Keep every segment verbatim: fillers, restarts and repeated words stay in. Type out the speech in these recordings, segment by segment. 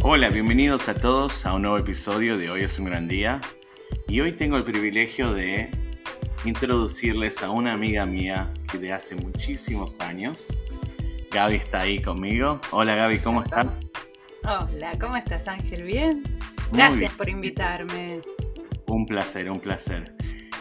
Hola, bienvenidos a todos a un nuevo episodio de Hoy es un gran día. Y hoy tengo el privilegio de introducirles a una amiga mía que de hace muchísimos años. Gaby está ahí conmigo. Hola Gaby, ¿cómo estás? Hola, ¿cómo estás, Ángel? ¿Bien? Muy Gracias bien. por invitarme. Un placer, un placer.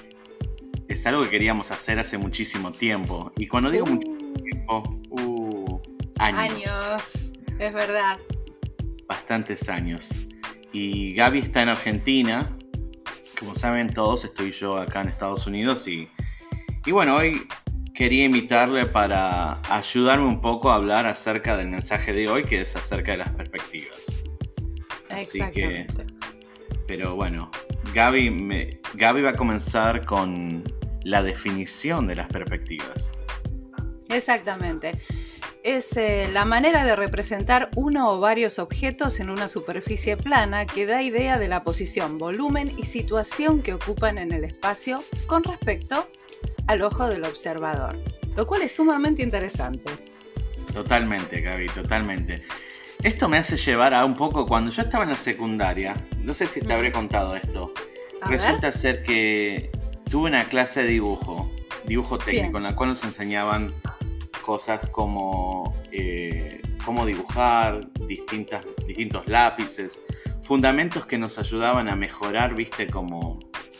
Es algo que queríamos hacer hace muchísimo tiempo. Y cuando digo Uh, muchísimo tiempo, uh, años. años, es verdad. Bastantes años. Y Gaby está en Argentina. Como saben todos, estoy yo acá en Estados Unidos. Y, y bueno, hoy quería invitarle para ayudarme un poco a hablar acerca del mensaje de hoy, que es acerca de las perspectivas. Así que, Exactamente. pero bueno, Gaby, me, Gaby va a comenzar con la definición de las perspectivas. Exactamente. Es eh, la manera de representar uno o varios objetos en una superficie plana que da idea de la posición, volumen y situación que ocupan en el espacio con respecto al ojo del observador, lo cual es sumamente interesante. Totalmente, Gaby, totalmente. Esto me hace llevar a un poco cuando yo estaba en la secundaria, no sé si te habré contado esto, A resulta ver. ser que tuve una clase de dibujo, dibujo técnico, Bien. en la cual nos enseñaban cosas como eh, cómo dibujar, distintas, distintos lápices, fundamentos que nos ayudaban a mejorar, viste, como,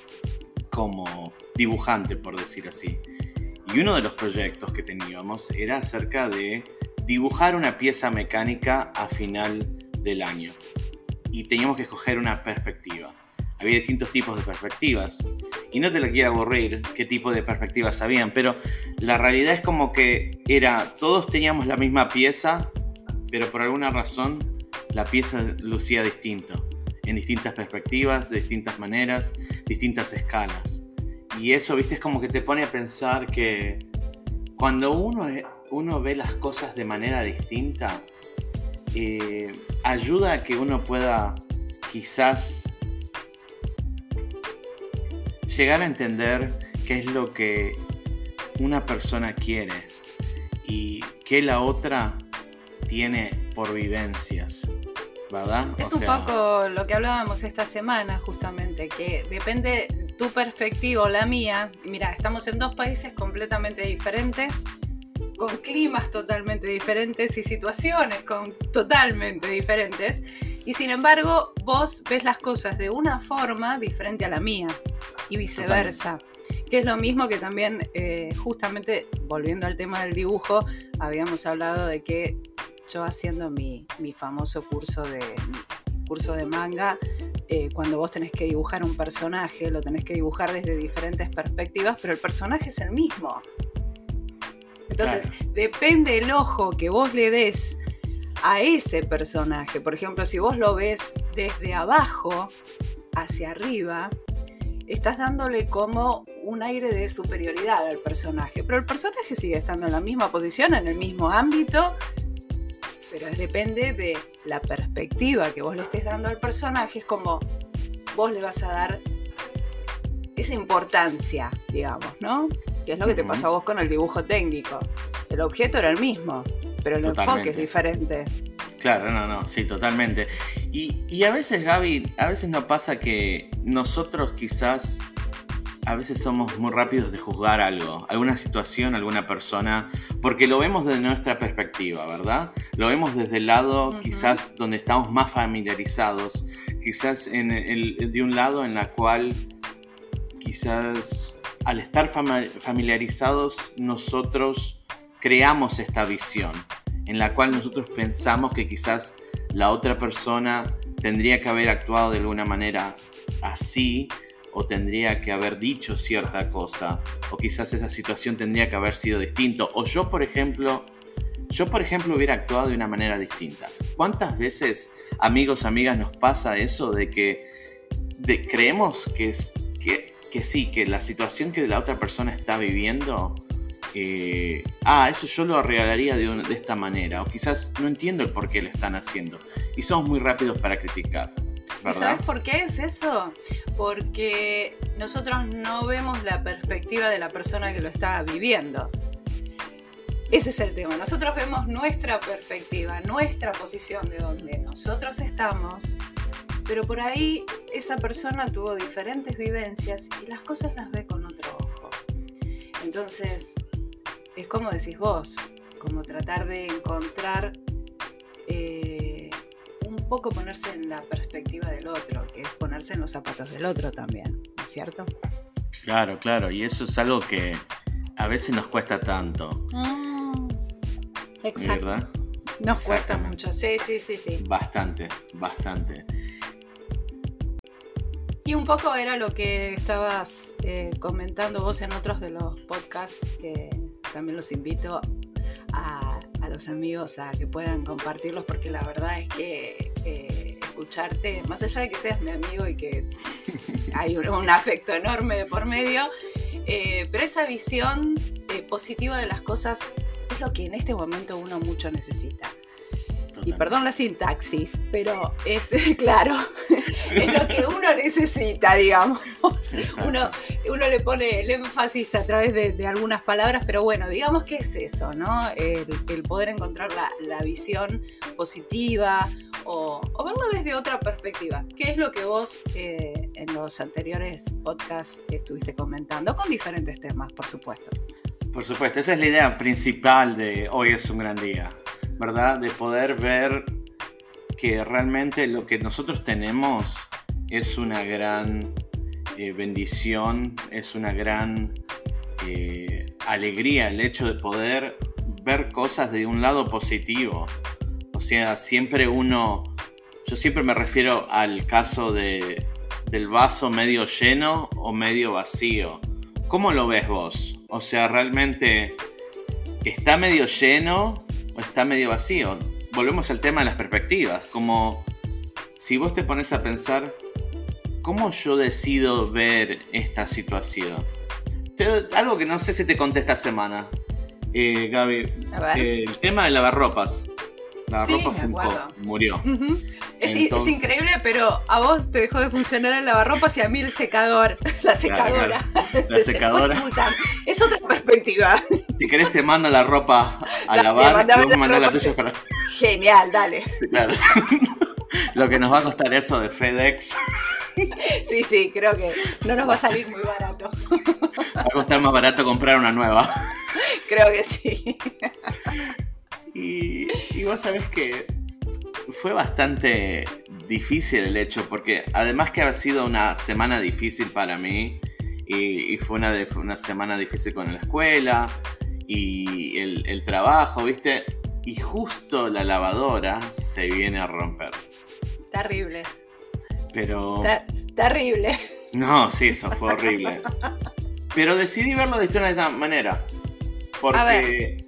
como dibujante, por decir así. Y uno de los proyectos que teníamos era acerca de dibujar una pieza mecánica a final del año. Y teníamos que escoger una perspectiva. Había distintos tipos de perspectivas. Y no te la quiero aburrir qué tipo de perspectivas habían, pero la realidad es como que era, todos teníamos la misma pieza, pero por alguna razón la pieza lucía distinto, en distintas perspectivas, de distintas maneras, distintas escalas. Y eso, viste, es como que te pone a pensar que cuando uno, uno ve las cosas de manera distinta, eh, ayuda a que uno pueda quizás llegar a entender qué es lo que una persona quiere y qué la otra tiene por vivencias, ¿verdad? Es O un sea, poco lo que hablábamos esta semana, justamente, que depende tu perspectiva o la mía. Mira, estamos en dos países completamente diferentes, con climas totalmente diferentes y situaciones con totalmente diferentes. Y sin embargo, vos ves las cosas de una forma diferente a la mía y viceversa. Totalmente. Que es lo mismo que también, eh, justamente, volviendo al tema del dibujo, habíamos hablado de que yo haciendo mi, mi famoso curso de, mi curso de manga, eh, cuando vos tenés que dibujar un personaje, lo tenés que dibujar desde diferentes perspectivas, pero el personaje es el mismo. Entonces, claro, depende el ojo que vos le des a ese personaje. Por ejemplo, si vos lo ves desde abajo hacia arriba, estás dándole como un aire de superioridad al personaje. Pero el personaje sigue estando en la misma posición, en el mismo ámbito, pero depende de la perspectiva que vos le estés dando al personaje. Es como vos le vas a dar esa importancia, digamos, ¿no? Que es lo que te pasó a vos con el dibujo técnico. El objeto era el mismo, pero el totalmente. Enfoque es diferente. Claro, no, no, sí, totalmente. Y, y a veces, Gaby, a veces nos pasa que nosotros quizás a veces somos muy rápidos de juzgar algo, alguna situación, alguna persona, porque lo vemos desde nuestra perspectiva, ¿verdad? Lo vemos desde el lado, uh-huh, quizás donde estamos más familiarizados, quizás en el, de un lado en la cual quizás al estar fam- familiarizados nosotros creamos esta visión en la cual nosotros pensamos que quizás la otra persona tendría que haber actuado de alguna manera así o tendría que haber dicho cierta cosa o quizás esa situación tendría que haber sido distinto o yo por ejemplo yo por ejemplo hubiera actuado de una manera distinta. ¿Cuántas veces, amigos, amigas, nos pasa eso de que de, creemos que es que que sí, que la situación que la otra persona está viviendo, eh, ah, eso yo lo arreglaría de, un, de esta manera, o quizás no entiendo el por qué lo están haciendo, y somos muy rápidos para criticar, ¿verdad? ¿Y sabes por qué es eso? Porque nosotros no vemos la perspectiva de la persona que lo está viviendo. ese es el tema. Nosotros vemos nuestra perspectiva, nuestra posición de donde nosotros estamos, pero por ahí esa persona tuvo diferentes vivencias y las cosas las ve con otro ojo. Entonces, es como decís vos, como tratar de encontrar, eh, un poco ponerse en la perspectiva del otro, que es ponerse en los zapatos del otro también, ¿no es cierto? Claro, claro, y eso es algo que a veces nos cuesta tanto. Mm, exacto. ¿Verdad? Nos cuesta mucho, sí, sí, sí, sí. Bastante, bastante. Y un poco era lo que estabas eh, comentando vos en otros de los podcasts, que también los invito a, a los amigos a que puedan compartirlos, porque la verdad es que eh, escucharte, más allá de que seas mi amigo y que hay un, un afecto enorme de por medio, eh, pero esa visión eh, positiva de las cosas es lo que en este momento uno mucho necesita. Y perdón la sintaxis, pero es claro, es lo que uno necesita, digamos. Uno, uno le pone el énfasis a través de, de algunas palabras, pero bueno, digamos que es eso, ¿no? El, el poder encontrar la, la visión positiva o, o verlo desde otra perspectiva. ¿Qué es lo que vos eh, en los anteriores podcasts estuviste comentando? Con diferentes temas, por supuesto. Por supuesto, esa es la idea principal de Hoy es un gran día, ¿verdad? De poder ver que realmente lo que nosotros tenemos es una gran eh, bendición, es una gran eh, alegría el hecho de poder ver cosas de un lado positivo. O sea, siempre uno, yo siempre me refiero al caso de, del vaso medio lleno o medio vacío. ¿Cómo lo ves vos? O sea, ¿realmente está medio lleno o está medio vacío? Volvemos al tema de las perspectivas. Como si vos te pones a pensar, ¿cómo yo decido ver esta situación? Te, algo que no sé si te conté esta semana, eh, Gaby. Eh, el tema de lavarropas. Lavarropas sí, Funko murió. Uh-huh. Es, Entonces... es increíble, pero a vos te dejó de funcionar el lavarropas y a mí el secador. La secadora. Claro, claro. La secadora. Es otra perspectiva. Si querés te mando la ropa a la, lavar y vos me mandás la tuya para... Genial, dale. Claro. Lo que nos va a costar eso de FedEx. Sí, sí, creo que no nos va a salir muy barato. Va a costar más barato comprar una nueva. Creo que sí. Y, y vos sabés que fue bastante difícil el hecho, porque además que ha sido una semana difícil para mí, y, y fue, una de, fue una semana difícil con la escuela y el, el trabajo, ¿viste? Y justo la lavadora se viene a romper. Terrible. Pero... Ter- terrible. No, sí, eso fue horrible. Pero decidí verlo de esta manera. Porque...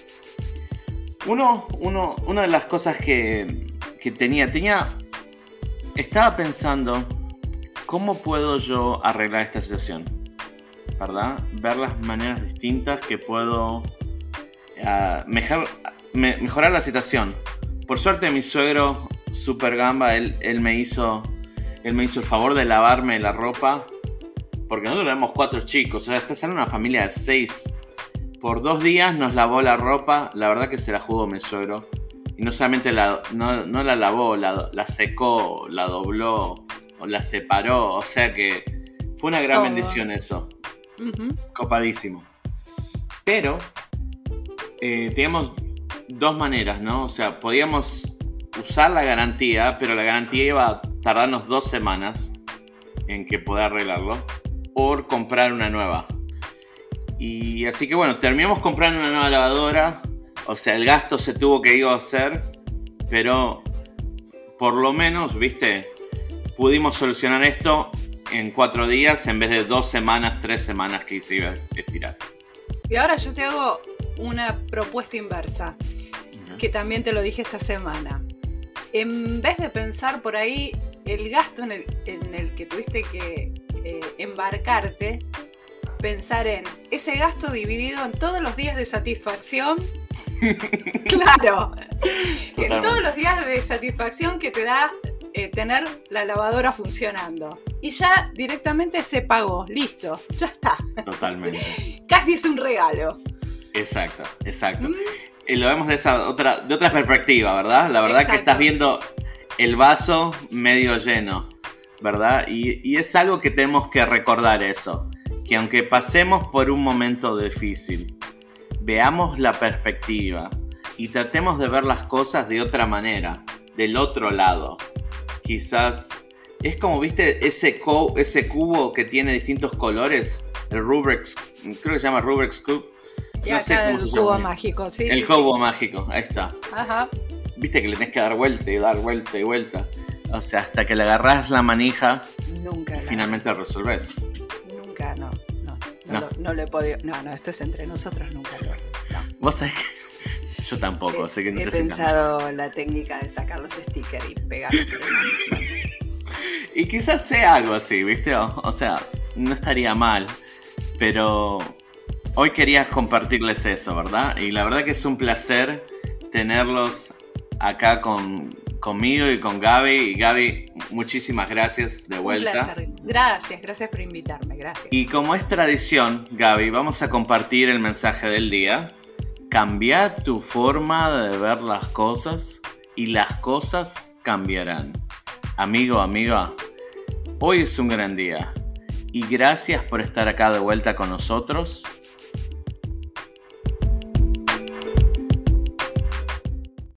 Uno, uno, una de las cosas que, que tenía, tenía, estaba pensando cómo puedo yo arreglar esta situación, ¿verdad? Ver las maneras distintas que puedo uh, mejor, me, mejorar la situación. Por suerte mi suegro, super gamba, él, él, me hizo, él me hizo el favor de lavarme la ropa, porque nosotros tenemos cuatro chicos, o sea, esta es una familia de seis. Por dos días nos lavó la ropa, la verdad que se la jugó mi suegro. Y no solamente la, no, no la lavó, la, la secó, la dobló, o la separó. O sea que fue una gran oh. bendición eso. Uh-huh. Copadísimo. Pero eh, teníamos dos maneras, ¿no? O sea, podíamos usar la garantía, pero la garantía iba a tardarnos dos semanas en que poder arreglarlo. O comprar una nueva. Y así que bueno, terminamos comprando una nueva lavadora. O sea, el gasto se tuvo que ir a hacer, pero por lo menos, viste, pudimos solucionar esto en cuatro días en vez de dos semanas, tres semanas que se iba a estirar. Y ahora yo te hago una propuesta inversa, uh-huh. que también te lo dije esta semana. En vez de pensar por ahí el gasto en el, en el que tuviste que eh, embarcarte, pensar en ese gasto dividido en todos los días de satisfacción. Claro. Totalmente. En todos los días de satisfacción que te da eh, tener la lavadora funcionando. Y ya directamente se pagó. Listo. Ya está. Totalmente. Casi es un regalo. Exacto, exacto. ¿Mm? Y lo vemos de esa otra, de otra perspectiva, ¿verdad? La verdad Exacto. que estás viendo el vaso medio lleno, ¿verdad? Y, y es algo que tenemos que recordar eso, que aunque pasemos por un momento difícil, veamos la perspectiva y tratemos de ver las cosas de otra manera, del otro lado. Quizás es como, ¿viste? Ese, co- ese cubo que tiene distintos colores, el Rubik's, creo que se llama Rubik's Cube. Y No acá sé cómo el se cubo llama. mágico, sí. El sí, cubo sí. mágico, ahí está. Ajá. Viste que le tenés que dar vuelta y dar vuelta y vuelta. O sea, hasta que le agarrás la manija Nunca. y la- finalmente lo resolvés. Nunca, no. No, no, No. Lo, no lo he podido. No, no, esto es entre nosotros, nunca lo. No. Vos sabés que yo tampoco, así que no He te sientas mal. pensado la técnica de sacar los stickers y pegarlos. pero no. Y quizás sea algo así, ¿viste? O, o sea, no estaría mal, pero hoy querías compartirles eso, ¿verdad? Y la verdad que es un placer tenerlos acá con, conmigo y con Gaby. Y Gaby, muchísimas gracias de Un vuelta. placer. Gracias, gracias por invitarme, gracias. Y como es tradición, Gaby, vamos a compartir el mensaje del día. Cambia tu forma de ver las cosas y las cosas cambiarán. Amigo, amiga, hoy es un gran día y gracias por estar acá de vuelta con nosotros